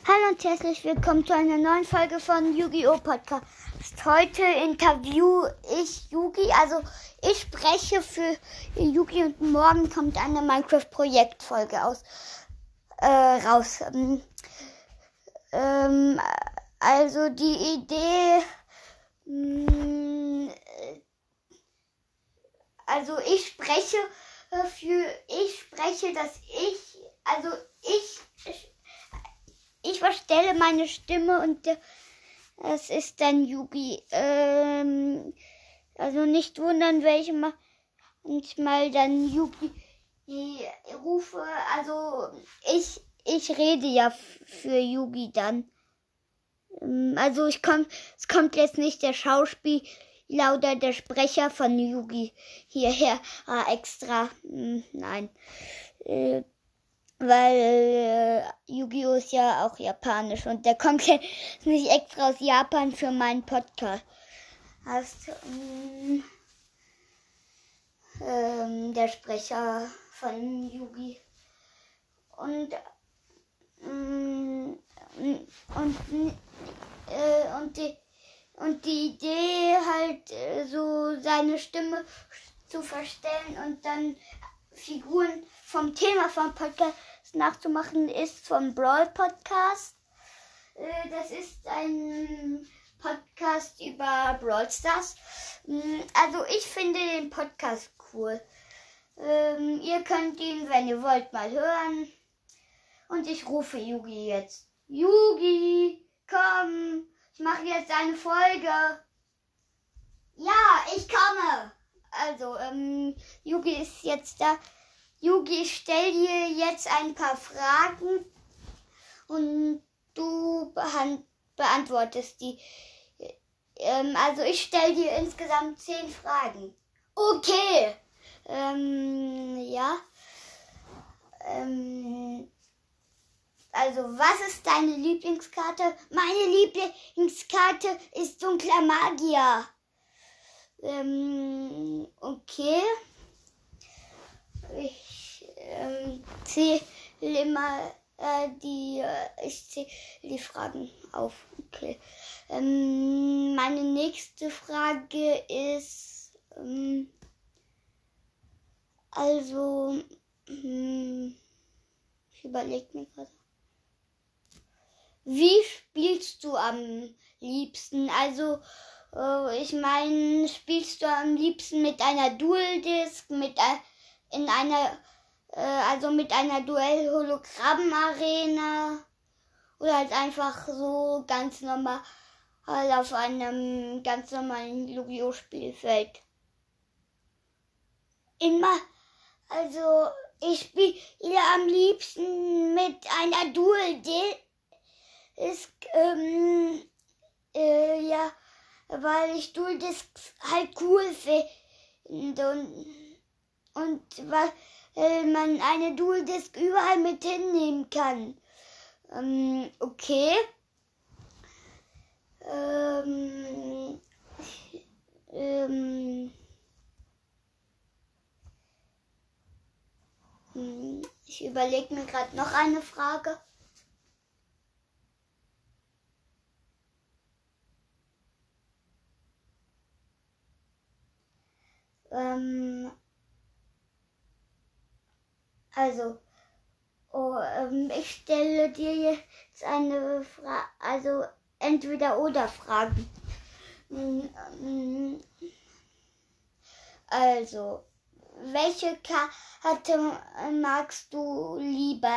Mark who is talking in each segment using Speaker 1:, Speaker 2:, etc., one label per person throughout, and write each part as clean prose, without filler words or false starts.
Speaker 1: Hallo und herzlich willkommen zu einer neuen Folge von Yu-Gi-Oh! Podcast. Heute interview ich Yugi, also ich spreche für Yugi und morgen kommt eine Minecraft-Projektfolge raus. Also die Idee, also ich spreche, ich verstelle meine Stimme und das ist dann Yugi. Also nicht wundern, welche manchmal dann Yugi rufe. Also ich rede ja für Yugi dann. Also es kommt jetzt nicht der Schauspieler oder der Sprecher von Yugi hierher extra. Nein. Weil Yu-Gi-Oh! Ist ja auch japanisch und der kommt jetzt nicht extra aus Japan für meinen Podcast. Der Sprecher von Yugi. Und die Idee halt so seine Stimme zu verstellen und dann Figuren vom Thema vom Podcast nachzumachen, ist vom Brawl Podcast. Das ist ein Podcast über Brawl Stars. Also ich finde den Podcast cool. Ihr könnt ihn, wenn ihr wollt, mal hören. Und ich rufe Yugi jetzt. Yugi, komm, ich mache jetzt eine Folge. Ja, ich komme. Also, Yugi ist jetzt da. Yugi, ich stell dir jetzt ein paar Fragen und du beantwortest die. Also ich stell dir insgesamt 10 Fragen. Okay. Ja. Also, was ist deine Lieblingskarte? Meine Lieblingskarte ist Dunkler Magier. Okay. Ich zähle mal ich zähle die Fragen auf. Okay. Meine nächste Frage ist, ich überlege mir gerade. Wie spielst du am liebsten? Also, ich meine, spielst du am liebsten mit einer Dual-Disc, mit einer Duell-Hologramm-Arena oder halt einfach so ganz normal auf einem ganz normalen Yu-Gi-Oh! Spielfeld? Also ich spiele am liebsten mit einer Dual-Disc, ja, weil ich Dual-Discs halt cool finde und weil man eine Dual-Disc überall mit hinnehmen kann. Okay. Ich überlege mir gerade noch eine Frage. Ich stelle dir jetzt eine Frage, also entweder oder Fragen. Also, welche Karte magst du lieber?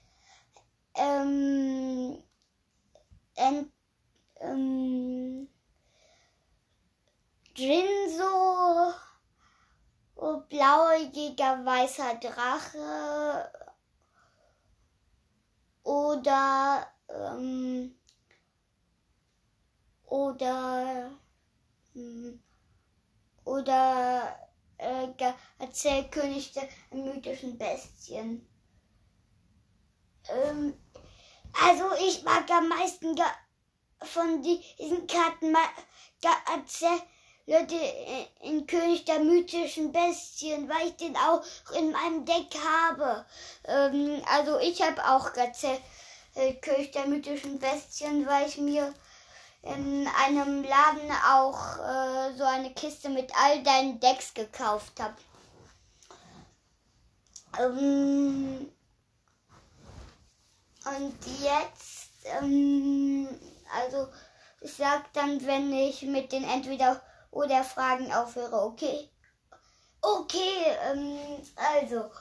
Speaker 1: Jinzo, blauäugiger weißer Drache oder Erzählkönig der mythischen Bestien. Also ich mag am meisten von diesen Karten in König der mythischen Bestien, weil ich den auch in meinem Deck habe. Also ich habe auch König der mythischen Bestien, weil ich mir in einem Laden auch so eine Kiste mit all deinen Decks gekauft habe. Und jetzt, also ich sag dann, wenn ich mit den Entweder-oder-Fragen aufhöre, okay? Okay, also,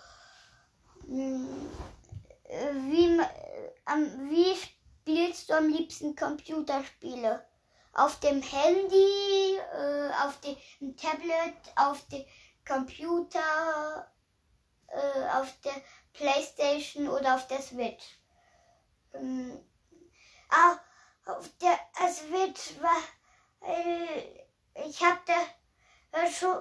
Speaker 1: wie spielst du am liebsten Computerspiele? Auf dem Handy, auf dem Tablet, auf dem Computer, auf der Playstation oder auf der Switch? Auf der Switch, weil ich habe da schon,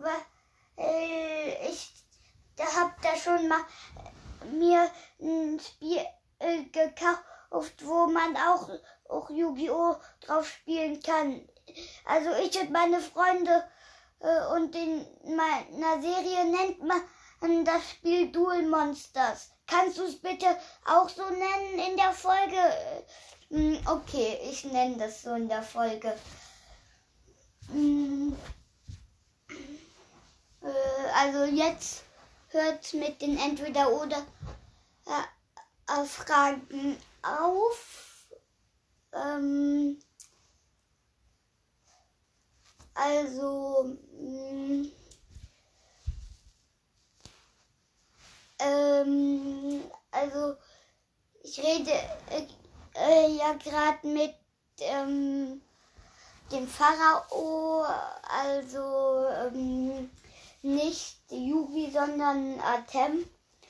Speaker 1: hab da schon mal mir ein Spiel gekauft, wo man auch Yu-Gi-Oh! Drauf spielen kann. Also ich und meine Freunde und in meiner Serie nennt man das Spiel Duel Monsters. Kannst du es bitte auch so nennen in der Folge? Okay, ich nenne das so in der Folge. Also jetzt hört mit den Entweder-oder-Fragen auf. Also ich rede ja gerade mit dem Pharao, also nicht Yugi, sondern Atem.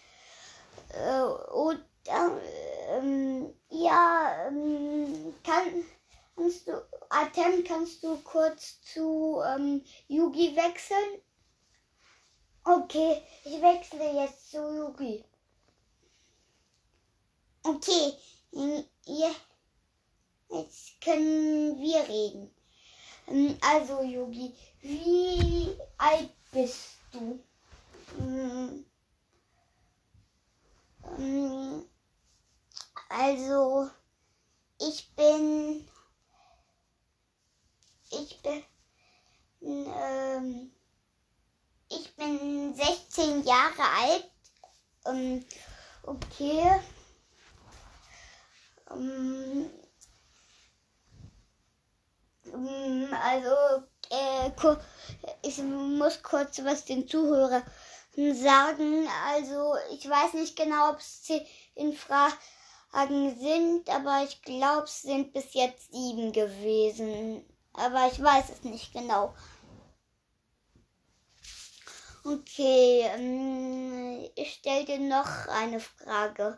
Speaker 1: Kannst du kurz zu Yugi wechseln? Okay, ich wechsle jetzt zu Yugi. Okay, jetzt können wir reden. Also Yugi, wie alt bist du? Also ich bin 16 Jahre alt. Okay. Also ich muss kurz was den Zuhörern sagen. Also ich weiß nicht genau, ob es 10 Fragen sind, aber ich glaube, es sind bis jetzt 7 gewesen. Aber ich weiß es nicht genau. Okay, ich stelle dir noch eine Frage.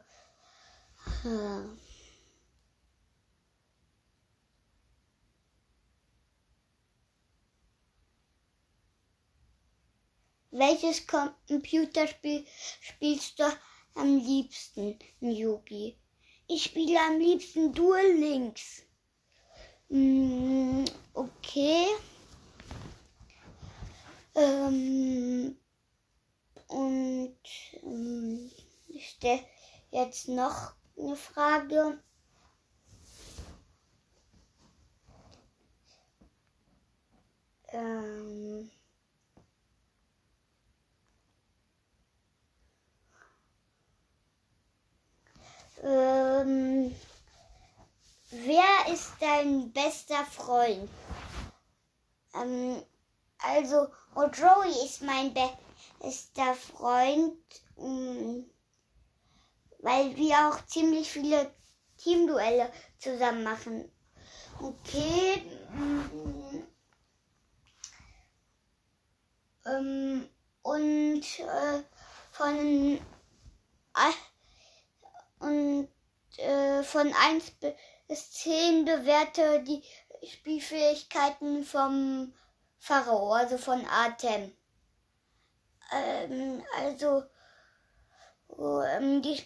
Speaker 1: Welches Computerspiel spielst du am liebsten, Yugi? Ich spiele am liebsten Duel Links. Okay. Und ich stelle jetzt noch eine Frage. Wer ist dein bester Freund? Also Joey ist mein bester Freund, weil wir auch ziemlich viele Teamduelle zusammen machen. Okay. Von 1 bis 10 bewerte die Spielfähigkeiten vom Pharao, also von Atem. Die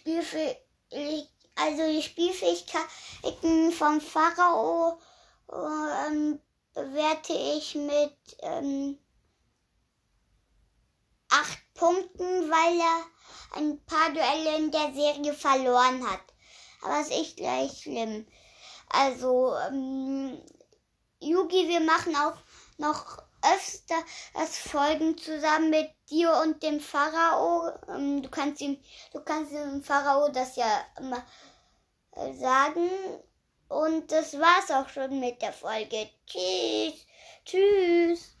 Speaker 1: Spielfähigkeiten vom Pharao bewerte ich mit 8 Punkten, weil er ein paar Duelle in der Serie verloren hat. aber ist echt gleich schlimm. Also, Yugi, wir machen auch noch öfter Folgen zusammen mit dir und dem Pharao. Du kannst dem Pharao das ja immer sagen. Und das war's auch schon mit der Folge. Tschüss. Tschüss.